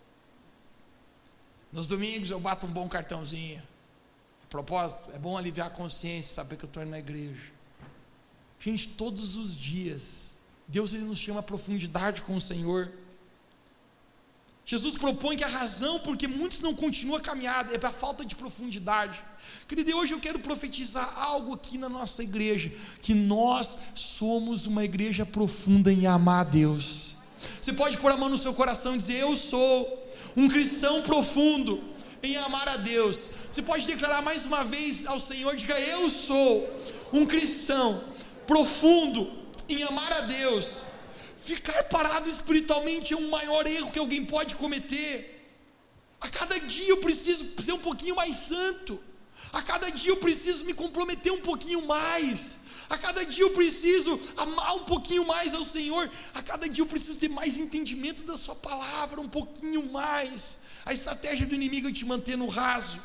Nos domingos eu bato um bom cartãozinho. A propósito, é bom aliviar a consciência, saber que eu estou indo na igreja. Gente, todos os dias Deus, ele nos chama a profundidade com o Senhor. Jesus propõe que a razão porque muitos não continuam a caminhada é para a falta de profundidade. Querido, hoje eu quero profetizar algo aqui na nossa igreja, que nós somos uma igreja profunda em amar a Deus. Você pode pôr a mão no seu coração e dizer: eu sou um cristão profundo em amar a Deus. Você pode declarar mais uma vez ao Senhor, diga: eu sou um cristão profundo em amar a Deus. Ficar parado espiritualmente é o maior erro que alguém pode cometer. A cada dia eu preciso ser um pouquinho mais santo, a cada dia eu preciso me comprometer um pouquinho mais, a cada dia eu preciso amar um pouquinho mais ao Senhor, a cada dia eu preciso ter mais entendimento da sua palavra, um pouquinho mais. A estratégia do inimigo é te manter no raso.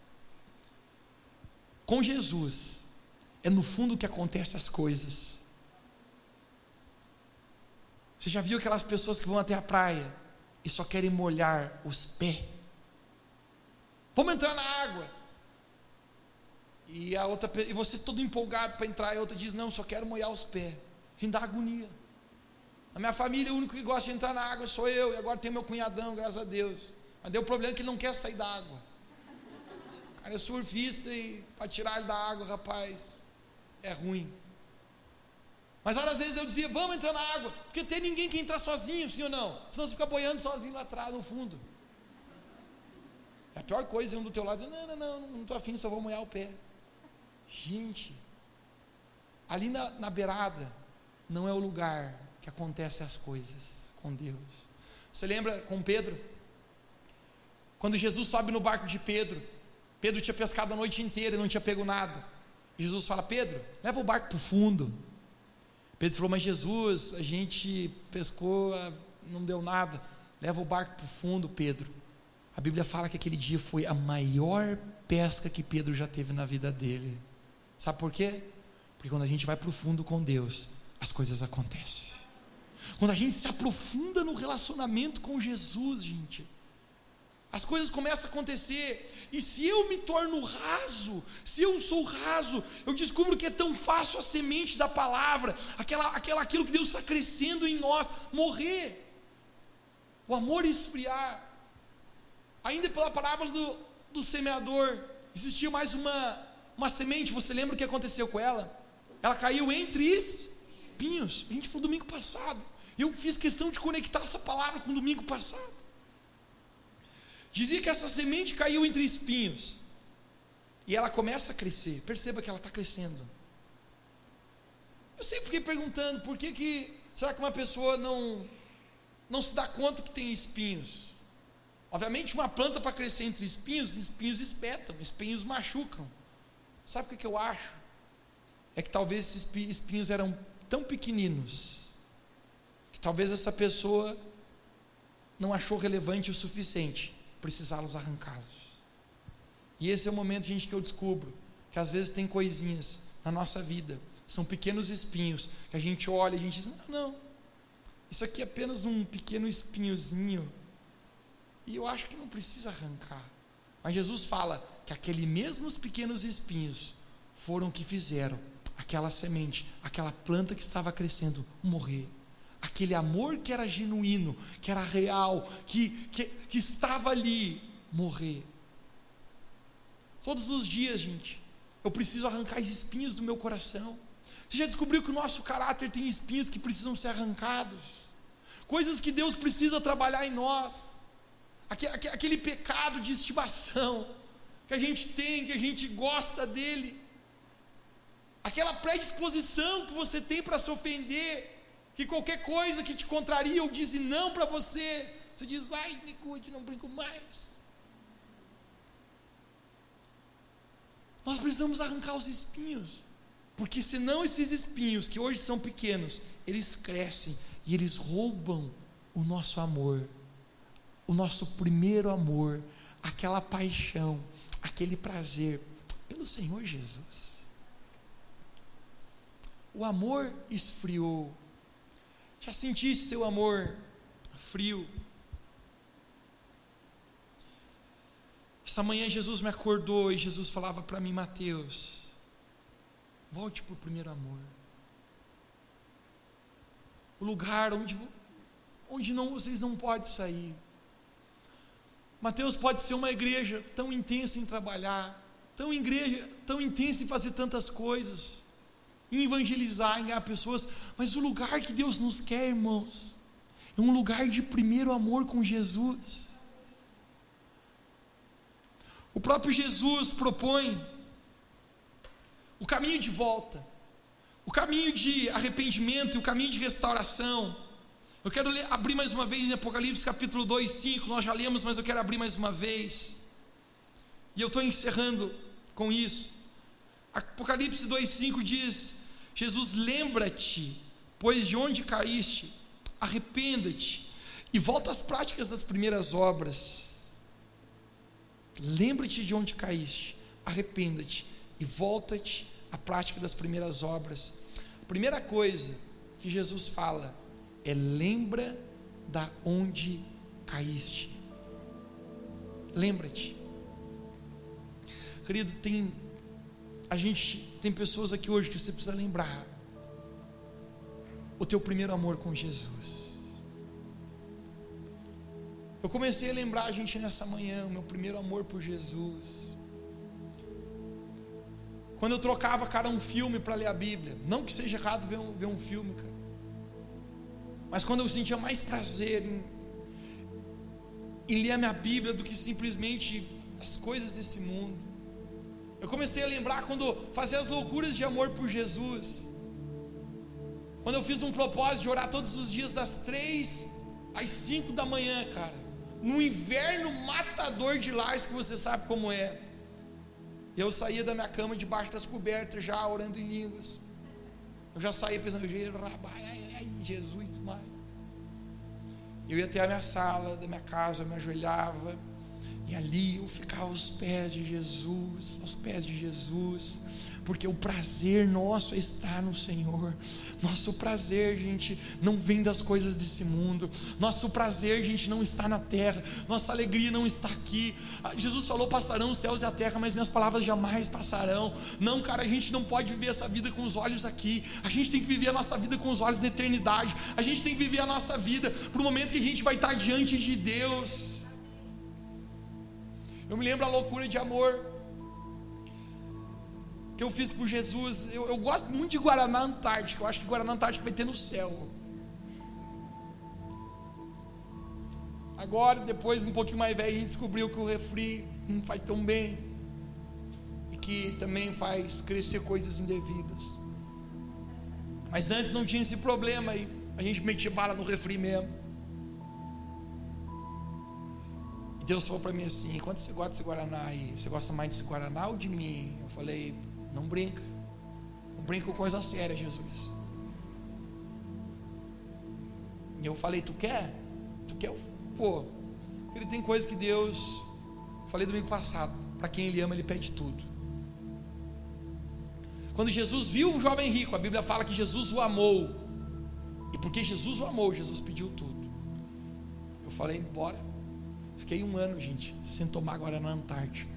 Com Jesus é no fundo que acontecem as coisas. Você já viu aquelas pessoas que vão até a praia e só querem molhar os pés? Vamos entrar na água. E a outra, e você todo empolgado para entrar, e a outra diz: não, só quero molhar os pés. Vem dar agonia. Na minha família, o único que gosta de entrar na água sou eu, e agora tem meu cunhadão, graças a Deus. Mas deu o problema que ele não quer sair da água. O cara é surfista e para tirar ele da água, rapaz, é ruim. Mas às vezes eu dizia: vamos entrar na água, porque tem ninguém que entrar sozinho, sim ou não? Senão você fica boiando sozinho lá atrás, no fundo. É a pior coisa, um do teu lado diz: não, não, não, não estou afim, só vou molhar o pé. Gente, ali na, na beirada não é o lugar que acontecem as coisas com Deus. Você lembra com Pedro? Quando Jesus sobe no barco de Pedro, Pedro tinha pescado a noite inteira e não tinha pego nada. E Jesus fala: Pedro, leva o barco para o fundo. Pedro falou: mas Jesus, a gente pescou, não deu nada. Leva o barco para o fundo, Pedro. A Bíblia fala que aquele dia foi a maior pesca que Pedro já teve na vida dele. Sabe por quê? Porque quando a gente vai para o fundo com Deus, as coisas acontecem. Quando a gente se aprofunda no relacionamento com Jesus, gente, as coisas começam a acontecer. E se eu me torno raso, se eu sou raso, eu descubro que é tão fácil a semente da palavra, aquela, aquela, aquilo que Deus está crescendo em nós, morrer, o amor esfriar. Ainda pela parábola do, do semeador, existia mais uma, uma semente. Você lembra o que aconteceu com ela? Ela caiu entre espinhos. A gente falou domingo passado, eu fiz questão de conectar essa palavra com o domingo passado. Dizia que essa semente caiu entre espinhos, e ela começa a crescer. Perceba que ela está crescendo. Eu sempre fiquei perguntando, por que que, será que uma pessoa não, não se dá conta que tem espinhos? Obviamente uma planta para crescer entre espinhos, espinhos espetam, espinhos machucam. Sabe o que que eu acho? É que talvez esses espinhos eram tão pequeninos, que talvez essa pessoa não achou relevante o suficiente precisá-los arrancá-los. E esse é o momento, gente, que eu descubro que às vezes tem coisinhas na nossa vida, são pequenos espinhos, que a gente olha e a gente diz: não, não, isso aqui é apenas um pequeno espinhozinho, e eu acho que não precisa arrancar. Mas Jesus fala que aqueles mesmos pequenos espinhos foram o que fizeram aquela semente, aquela planta que estava crescendo, morrer. Aquele amor que era genuíno, que era real, que, que, que estava ali, morrer. Todos os dias, gente, eu preciso arrancar os espinhos do meu coração. Você já descobriu que o nosso caráter tem espinhos que precisam ser arrancados? Coisas que Deus precisa trabalhar em nós. Aquele, aquele pecado de estimação que a gente tem, que a gente gosta dele. Aquela predisposição que você tem para se ofender, que qualquer coisa que te contraria ou diz não para você, você diz, ai, me cuide, não brinco mais. Nós precisamos arrancar os espinhos, porque senão esses espinhos, que hoje são pequenos, eles crescem e eles roubam o nosso amor, o nosso primeiro amor, aquela paixão, aquele prazer pelo Senhor Jesus. O amor esfriou. Já sentiste seu amor frio? Essa manhã Jesus me acordou e Jesus falava para mim, Mateus, volte para o primeiro amor. O lugar onde, onde não, vocês não podem sair. Mateus, pode ser uma igreja tão intensa em trabalhar, tão, igreja, tão intensa em fazer tantas coisas, em evangelizar, em ganhar pessoas, mas o lugar que Deus nos quer, irmãos, é um lugar de primeiro amor com Jesus. O próprio Jesus propõe o caminho de volta, o caminho de arrependimento e o caminho de restauração. Eu quero ler, abrir mais uma vez em Apocalipse capítulo dois, cinco, nós já lemos, mas eu quero abrir mais uma vez, e eu estou encerrando com isso. Apocalipse dois, cinco diz, Jesus, lembra-te, pois de onde caíste, arrependa-te, e volta às práticas das primeiras obras. Lembra-te de onde caíste, arrependa-te, e volta-te à prática das primeiras obras. A primeira coisa que Jesus fala é, lembra da onde caíste. Lembra-te. Querido, tem a gente tem pessoas aqui hoje que você precisa lembrar o teu primeiro amor com Jesus. Eu comecei a lembrar a gente nessa manhã, o meu primeiro amor por Jesus. Quando eu trocava, cara, um filme para ler a Bíblia, não que seja errado ver um, ver um filme, cara, mas quando eu sentia mais prazer em, em ler a minha Bíblia do que simplesmente as coisas desse mundo. Eu comecei a lembrar quando fazia as loucuras de amor por Jesus, quando eu fiz um propósito de orar todos os dias das três às cinco da manhã, cara, no inverno matador de Lages, que você sabe como é. Eu saía da minha cama debaixo das cobertas já orando em línguas. Eu já saía pensando, Jesus, mais. Eu ia até a minha sala da minha casa, eu me ajoelhava, e ali eu ficava aos pés de Jesus, aos pés de Jesus, porque o prazer nosso está no Senhor. Nosso prazer, gente, não vem das coisas desse mundo. Nosso prazer, gente, não está na terra. Nossa alegria não está aqui. Jesus falou, passarão os céus e a terra, mas minhas palavras jamais passarão. Não, cara, a gente não pode viver essa vida com os olhos aqui. A gente tem que viver a nossa vida com os olhos da eternidade. A gente tem que viver a nossa vida para o momento que a gente vai estar diante de Deus. Eu me lembro a loucura de amor que eu fiz por Jesus. Eu, eu gosto muito de Guaraná Antártica. Eu acho que Guaraná Antártica vai ter no céu. Agora, depois, um pouquinho mais velho, a gente descobriu que o refri não faz tão bem, e que também faz crescer coisas indevidas. Mas antes não tinha esse problema, e a gente metia bala no refri mesmo. E Deus falou para mim assim: quanto você gosta desse Guaraná aí? Você gosta mais desse Guaraná ou de mim? Eu falei: não brinca, não brinca com coisa séria, Jesus. E eu falei: tu quer? Tu quer? Eu vou. Ele tem coisa que Deus, falei domingo passado, para quem Ele ama, Ele pede tudo. Quando Jesus viu o jovem rico, a Bíblia fala que Jesus o amou. E porque Jesus o amou, Jesus pediu tudo. Eu falei, bora. Fiquei um ano, gente, sem tomar agora na Antártica.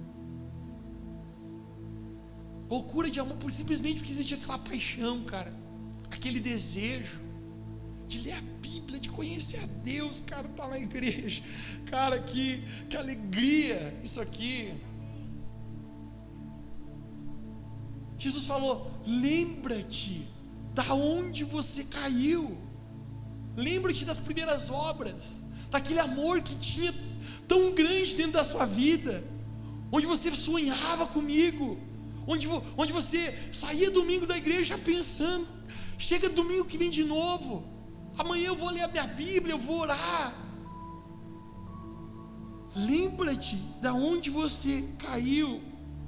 Loucura de amor, por simplesmente porque existia aquela paixão, cara. Aquele desejo de ler a Bíblia, de conhecer a Deus, cara, tá na igreja. Cara, que, que alegria isso aqui. Jesus falou, lembra-te da onde você caiu. Lembra-te das primeiras obras, daquele amor que tinha tão grande dentro da sua vida, onde você sonhava comigo, onde, onde você saía domingo da igreja pensando, chega domingo que vem de novo, amanhã eu vou ler a minha Bíblia, eu vou orar. Lembra-te da onde você caiu.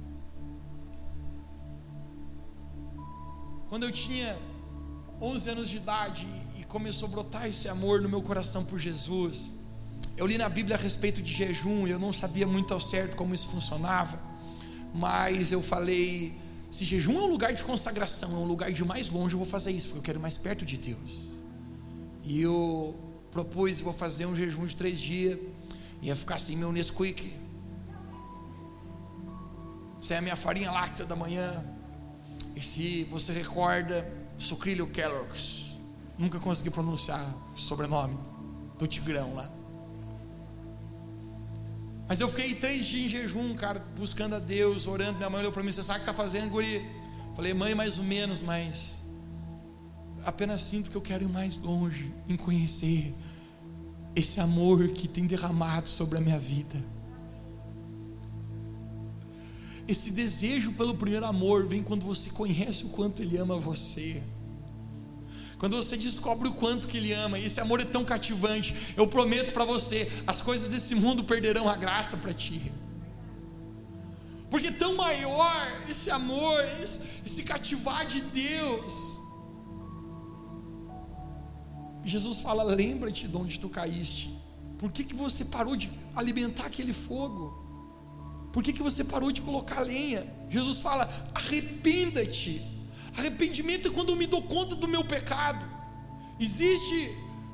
Quando eu tinha onze anos de idade e começou a brotar esse amor no meu coração por Jesus, eu li na Bíblia a respeito de jejum, eu não sabia muito ao certo como isso funcionava, mas eu falei, se jejum é um lugar de consagração, é um lugar de mais longe, eu vou fazer isso, porque eu quero ir mais perto de Deus. E eu propus, vou fazer um jejum de três dias, ia ficar assim, meu Nesquik, essa é a minha farinha láctea da manhã, e se você recorda, sucrilho Kellogg's, nunca consegui pronunciar o sobrenome do Tigrão lá, mas eu fiquei três dias em jejum, cara, buscando a Deus, orando. Minha mãe olhou para mim, você sabe o que está fazendo, guri? Falei, mãe, mais ou menos, mas apenas sinto que eu quero ir mais longe, em conhecer esse amor que tem derramado sobre a minha vida. Esse desejo pelo primeiro amor vem quando você conhece o quanto Ele ama você, quando você descobre o quanto que Ele ama. Esse amor é tão cativante. Eu prometo para você, as coisas desse mundo perderão a graça para ti, porque tão maior esse amor, esse, esse cativar de Deus. Jesus fala, lembra-te de onde tu caíste. Por que que você parou de alimentar aquele fogo? Por que que você parou de colocar lenha? Jesus fala, arrependa-te. Arrependimento é quando eu me dou conta do meu pecado. Existe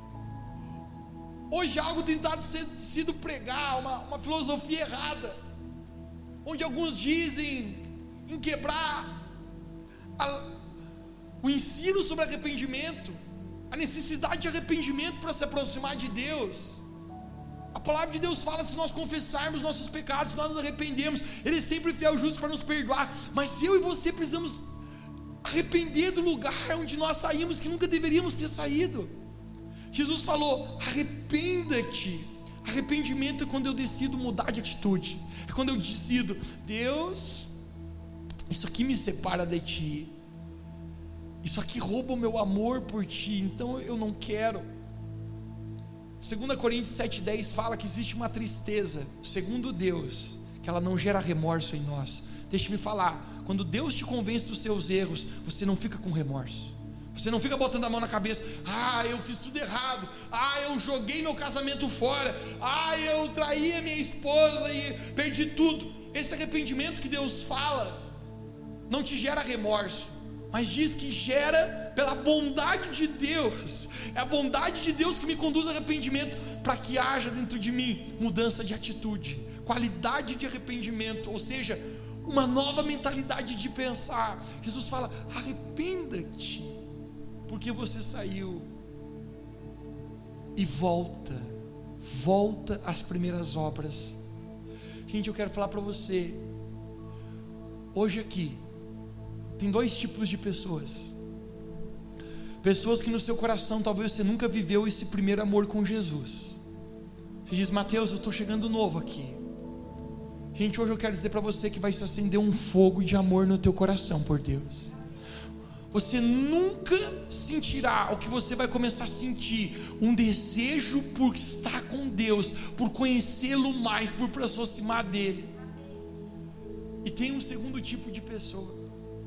hoje algo tentado ser, sido pregar, uma, uma filosofia errada, onde alguns dizem em quebrar a, o ensino sobre arrependimento, a necessidade de arrependimento para se aproximar de Deus. A palavra de Deus fala, se nós confessarmos nossos pecados, se nós nos arrependermos, Ele é sempre fiel e justo para nos perdoar. Mas eu e você precisamos arrepender do lugar onde nós saímos, que nunca deveríamos ter saído. Jesus falou, arrependa-te. Arrependimento é quando eu decido mudar de atitude, é quando eu decido, Deus, isso aqui me separa de Ti, isso aqui rouba o meu amor por Ti, então eu não quero. Segunda Coríntios sete dez fala que existe uma tristeza, segundo Deus, que ela não gera remorso em nós. Deixa-me falar, quando Deus te convence dos seus erros, você não fica com remorso, você não fica botando a mão na cabeça, ah, eu fiz tudo errado, ah, eu joguei meu casamento fora, ah, eu traí a minha esposa e perdi tudo. Esse arrependimento que Deus fala, não te gera remorso, mas diz que gera pela bondade de Deus. É a bondade de Deus que me conduz ao arrependimento, para que haja dentro de mim mudança de atitude, qualidade de arrependimento, ou seja, uma nova mentalidade de pensar. Jesus fala, arrependa-te, porque você saiu, e volta, volta às primeiras obras. Gente, eu quero falar para você, hoje aqui, tem dois tipos de pessoas, pessoas que no seu coração, talvez você nunca viveu esse primeiro amor com Jesus. Você diz, Mateus, eu estou chegando novo aqui. Gente, hoje eu quero dizer para você que vai se acender um fogo de amor no teu coração por Deus. Você nunca sentirá, o que você vai começar a sentir, um desejo por estar com Deus, por conhecê-lo mais, por se aproximar dele. E tem um segundo tipo de pessoa,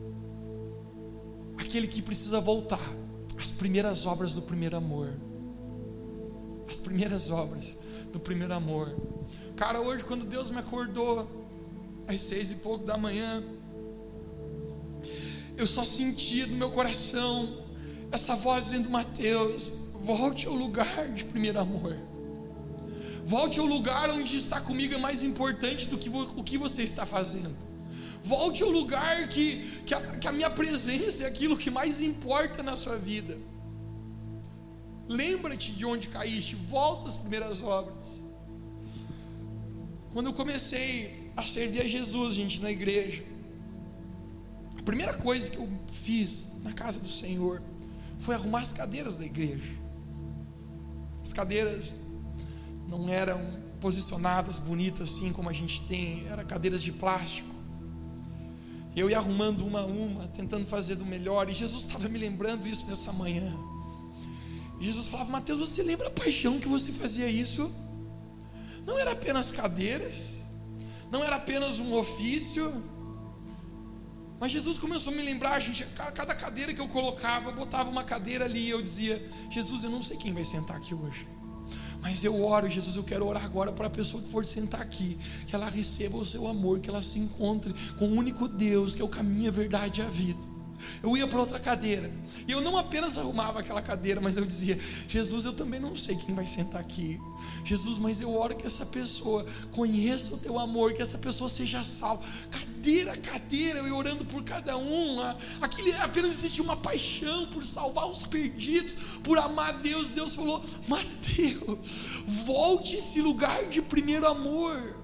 aquele que precisa voltar às primeiras obras do primeiro amor, as primeiras obras do primeiro amor. Cara, hoje quando Deus me acordou às seis e pouco da manhã, eu só sentia no meu coração essa voz dizendo: Mateus, volte ao lugar de primeiro amor. Volte ao lugar onde estar comigo é mais importante do que o que você está fazendo. Volte ao lugar que, que, a, que a minha presença é aquilo que mais importa na sua vida. Lembra-te de onde caíste, volta às primeiras obras. Quando eu comecei a servir a Jesus, gente, na igreja, a primeira coisa que eu fiz na casa do Senhor foi arrumar as cadeiras da igreja. As cadeiras não eram posicionadas bonitas assim como a gente tem, eram cadeiras de plástico. Eu ia arrumando uma a uma, tentando fazer do melhor, e Jesus estava me lembrando isso nessa manhã. E Jesus falava: Mateus, você lembra a paixão que você fazia isso? Não era apenas cadeiras, não era apenas um ofício, mas Jesus começou a me lembrar, gente, cada cadeira que eu colocava, eu botava uma cadeira ali, e eu dizia: Jesus, eu não sei quem vai sentar aqui hoje, mas eu oro, Jesus, eu quero orar agora para a pessoa que for sentar aqui, que ela receba o seu amor, que ela se encontre com o único Deus, que é o caminho, a verdade e a vida. Eu ia para outra cadeira, e eu não apenas arrumava aquela cadeira, mas eu dizia: Jesus, eu também não sei quem vai sentar aqui, Jesus, mas eu oro que essa pessoa conheça o teu amor, que essa pessoa seja salva. Cadeira a cadeira, eu ia orando por cada um. Aquele, apenas existia uma paixão por salvar os perdidos, por amar Deus. Deus falou: Mateus, volte esse lugar de primeiro amor.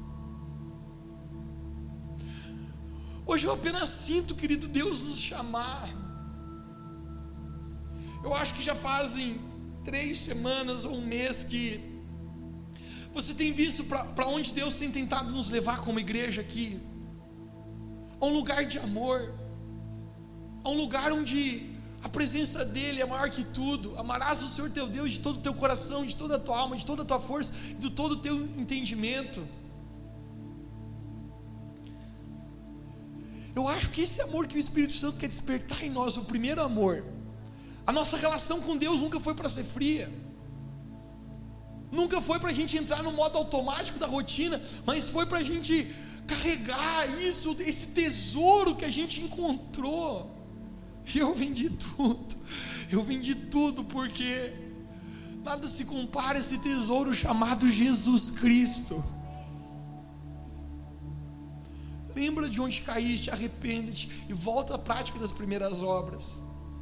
Hoje eu apenas sinto, querido, Deus nos chamar. Eu acho que já fazem três semanas ou um mês que você tem visto para onde Deus tem tentado nos levar como igreja aqui. A um lugar de amor, a um lugar onde a presença dEle é maior que tudo. Amarás o Senhor teu Deus de todo o teu coração, de toda a tua alma, de toda a tua força e de todo o teu entendimento. Eu acho que esse amor que o Espírito Santo quer despertar em nós, o primeiro amor, a nossa relação com Deus nunca foi para ser fria, nunca foi para a gente entrar no modo automático da rotina, mas foi para a gente carregar isso, esse tesouro que a gente encontrou. E eu vendi tudo, eu vendi tudo, porque nada se compara a esse tesouro chamado Jesus Cristo. Lembra de onde caíste, arrepende-te e volta à prática das primeiras obras.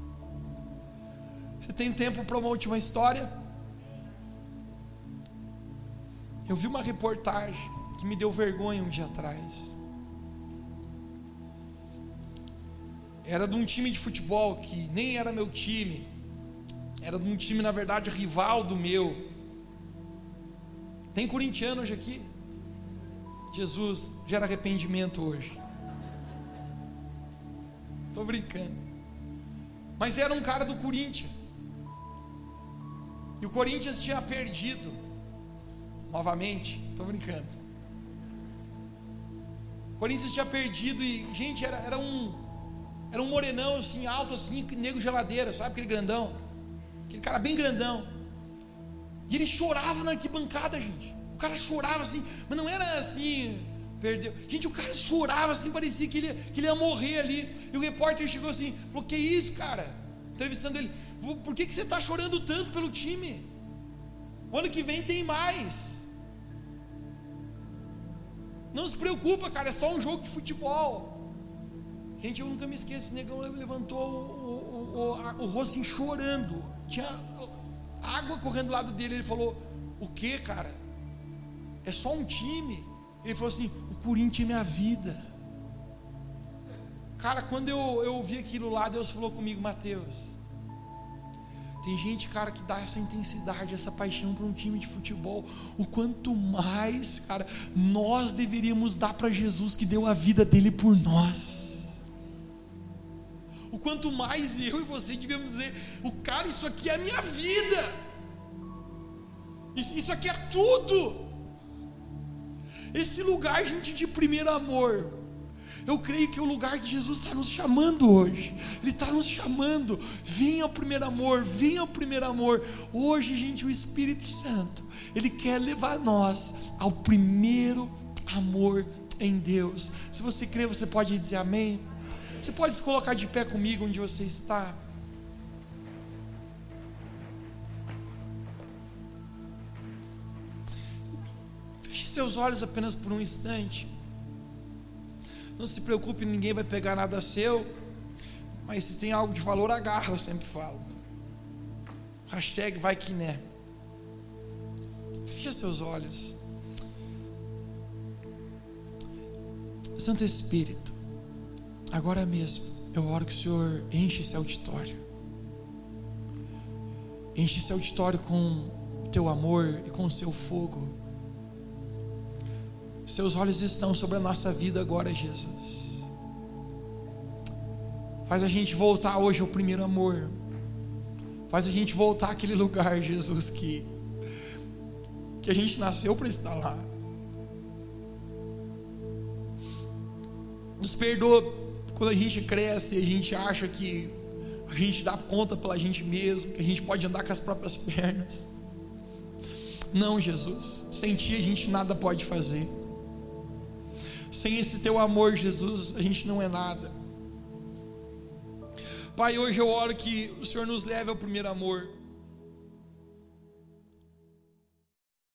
Você tem tempo para uma última história? Eu vi uma reportagem que me deu vergonha um dia atrás. Era de um time de futebol que nem era meu time, era de um time, na verdade, rival do meu. Tem corintiano hoje aqui? Jesus, gera arrependimento hoje. Estou brincando. Mas era um cara do Corinthians, e o Corinthians tinha perdido novamente. Estou brincando. O Corinthians tinha perdido e, gente, era, era um Era um morenão assim, alto assim, nego geladeira, sabe aquele grandão? Aquele cara bem grandão. E ele chorava na arquibancada, gente. O cara chorava assim, mas não era assim, perdeu. Gente, o cara chorava assim, parecia que ele, que ele ia morrer ali. E o repórter chegou assim, falou: que isso, cara? Entrevistando ele: por que, que você está chorando tanto pelo time? O ano que vem tem mais. Não se preocupa, cara, é só um jogo de futebol. Gente, eu nunca me esqueço. Esse negão levantou o, o, o, o, o rosto assim, chorando. Tinha água correndo do lado dele. Ele falou: o que, cara? É só um time. Ele falou assim: o Corinthians é minha vida. Cara, quando eu, eu ouvi aquilo lá, Deus falou comigo: Mateus, tem gente, cara, que dá essa intensidade, essa paixão para um time de futebol. O quanto mais, cara, nós deveríamos dar para Jesus, que deu a vida dele por nós. O quanto mais eu e você devemos dizer: o cara, isso aqui é a minha vida, isso, isso aqui é tudo. Esse lugar, gente, de primeiro amor, eu creio que é o lugar que Jesus está nos chamando hoje. Ele está nos chamando: venha ao primeiro amor, venha ao primeiro amor. Hoje, gente, o Espírito Santo, Ele quer levar nós ao primeiro amor em Deus. Se você crê, você pode dizer amém. Você pode se colocar de pé comigo onde você está. seus olhos apenas por um instante. Não se preocupe, ninguém vai pegar nada seu, mas se tem algo de valor, agarra, eu sempre falo. Hashtag vai que né. Feche seus olhos. Santo Espírito, agora mesmo eu oro que o Senhor enche esse auditório. Enche esse auditório com o teu amor e com o seu fogo. Seus olhos estão sobre a nossa vida agora, Jesus. Faz a gente voltar hoje ao primeiro amor. Faz a gente voltar àquele lugar, Jesus, que, que a gente nasceu para estar lá. Nos perdoa quando a gente cresce e a gente acha que a gente dá conta pela gente mesmo, que a gente pode andar com as próprias pernas. Não, Jesus, sem ti a gente nada pode fazer. Sem esse teu amor, Jesus, a gente não é nada. Pai, hoje eu oro que o Senhor nos leve ao primeiro amor.